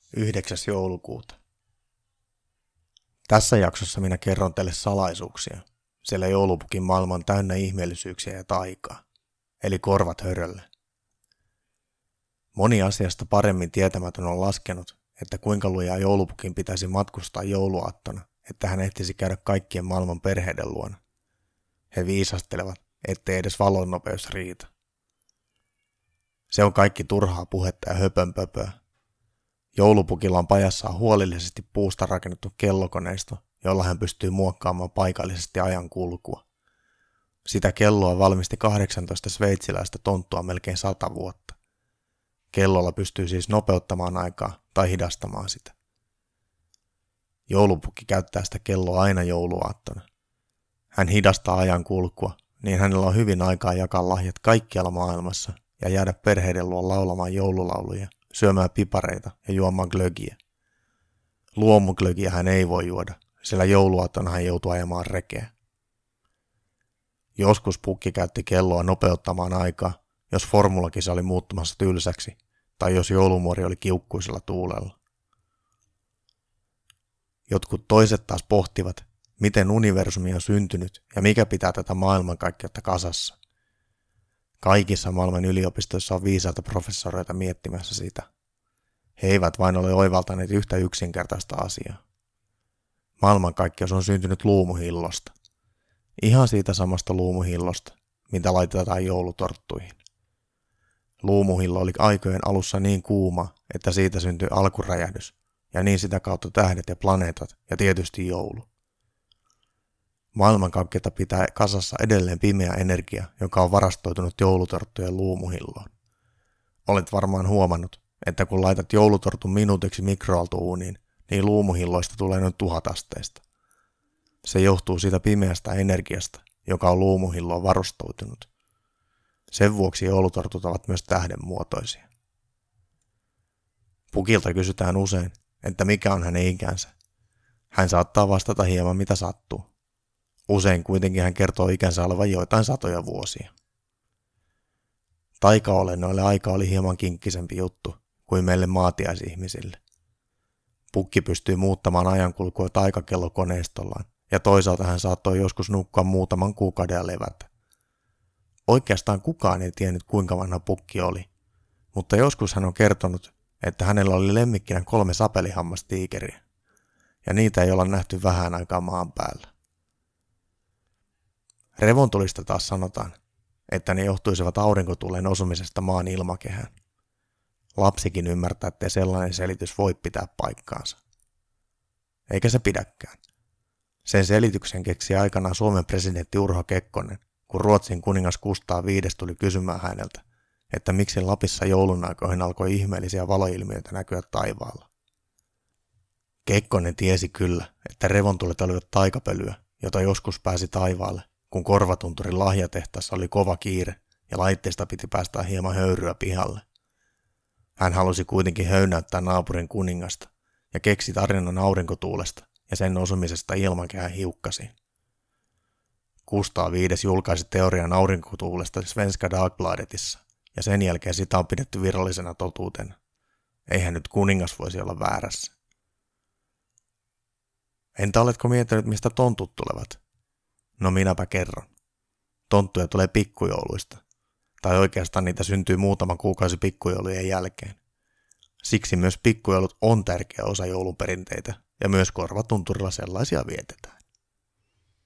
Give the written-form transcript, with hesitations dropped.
9. joulukuuta. Tässä jaksossa minä kerron teille salaisuuksia, sillä joulupukin maailma on täynnä ihmeellisyyksiä ja taikaa, eli korvat hörölle. Moni asiasta paremmin tietämätön on laskenut, että kuinka lujaa joulupukin pitäisi matkustaa jouluaattona, että hän ehtisi käydä kaikkien maailman perheiden luona. He viisastelevat, ettei edes valonnopeus riitä. Se on kaikki turhaa puhetta ja höpönpöpöä. Joulupukilla on pajassaan huolellisesti puusta rakennettu kellokoneisto, jolla hän pystyy muokkaamaan paikallisesti ajan kulkua. Sitä kelloa valmisti 18 sveitsiläistä tonttua melkein 100 vuotta. Kellolla pystyy siis nopeuttamaan aikaa tai hidastamaan sitä. Joulupukki käyttää sitä kelloa aina jouluaattona. Hän hidastaa ajan kulkua, niin hänellä on hyvin aikaa jakaa lahjat kaikkialla maailmassa ja jäädä perheiden luo laulamaan joululauluja, syömään pipareita ja juomaan glögiä. Luomuglögiä hän ei voi juoda, sillä jouluaattona hän joutuu ajamaan rekeä. Joskus pukki käytti kelloa nopeuttamaan aikaa, jos formulakisa oli muuttumassa tylsäksi tai jos joulumuori oli kiukkuisella tuulella. Jotkut toiset taas pohtivat, miten universumi on syntynyt ja mikä pitää tätä maailmankaikkeutta kasassa. Kaikissa maailman yliopistoissa on viisaita professoreita miettimässä sitä. He eivät vain ole oivaltaneet yhtä yksinkertaista asiaa. Maailmankaikkeus on syntynyt luumuhillosta. Ihan siitä samasta luumuhillosta, mitä laitetaan joulutorttuihin. Luumuhillo oli aikojen alussa niin kuuma, että siitä syntyi alkuräjähdys, ja niin sitä kautta tähdet ja planeetat ja tietysti joulu. Maailmankaikkeutta pitää kasassa edelleen pimeä energia, joka on varastoitunut joulutorttujen luumuhilloon. Olet varmaan huomannut, että kun laitat joulutortun minuutiksi mikroaaltouuniin, niin luumuhilloista tulee noin 1000 asteista. Se johtuu siitä pimeästä energiasta, joka on luumuhilloon varustautunut. Sen vuoksi joulutortut ovat myös tähdenmuotoisia. Pukilta kysytään usein, että mikä on hänen ikänsä. Hän saattaa vastata hieman mitä sattuu. Usein kuitenkin hän kertoo ikänsä olevan joitain satoja vuosia. Taikaolennoille aika oli hieman kinkkisempi juttu kuin meille maatiaisihmisille. Pukki pystyy muuttamaan ajankulkua taikakellokoneistollaan ja toisaalta hän saattoi joskus nukkua muutaman kuukauden ja levätä. Oikeastaan kukaan ei tiennyt kuinka vanha pukki oli, mutta joskus hän on kertonut, että hänellä oli lemmikkinä 3 sapelihammastiikeriä ja niitä ei olla nähty vähän aikaa maan päällä. Revontulista taas sanotaan, että ne johtuisivat aurinkotuulen osumisesta maan ilmakehään. Lapsikin ymmärtää, ettei sellainen selitys voi pitää paikkaansa. Eikä se pidäkään. Sen selityksen keksi aikanaan Suomen presidentti Urho Kekkonen, kun Ruotsin kuningas Kustaa V tuli kysymään häneltä, että miksi Lapissa joulun aikoihin alkoi ihmeellisiä valoilmiöitä näkyä taivaalla. Kekkonen tiesi kyllä, että revontulet olivat taikapölyä, jota joskus pääsi taivaalle, kun Korvatunturin lahjatehtaassa oli kova kiire ja laitteesta piti päästä hieman höyryä pihalle. Hän halusi kuitenkin höynäyttää naapurin kuningasta ja keksi tarinan aurinkotuulesta ja sen osumisesta ilmakehän hiukkasiin. Kustaa V julkaisi teorian aurinkotuulesta Svenska Dagbladetissa ja sen jälkeen sitä on pidetty virallisena totuutena. Eihän nyt kuningas voisi olla väärässä. Entä oletko miettinyt, mistä tontut tulevat? No minäpä kerron. Tonttuja tulee pikkujouluista. Tai oikeastaan niitä syntyy muutama kuukausi pikkujoulujen jälkeen. Siksi myös pikkujoulut on tärkeä osa jouluperinteitä ja myös Korvatunturilla sellaisia vietetään.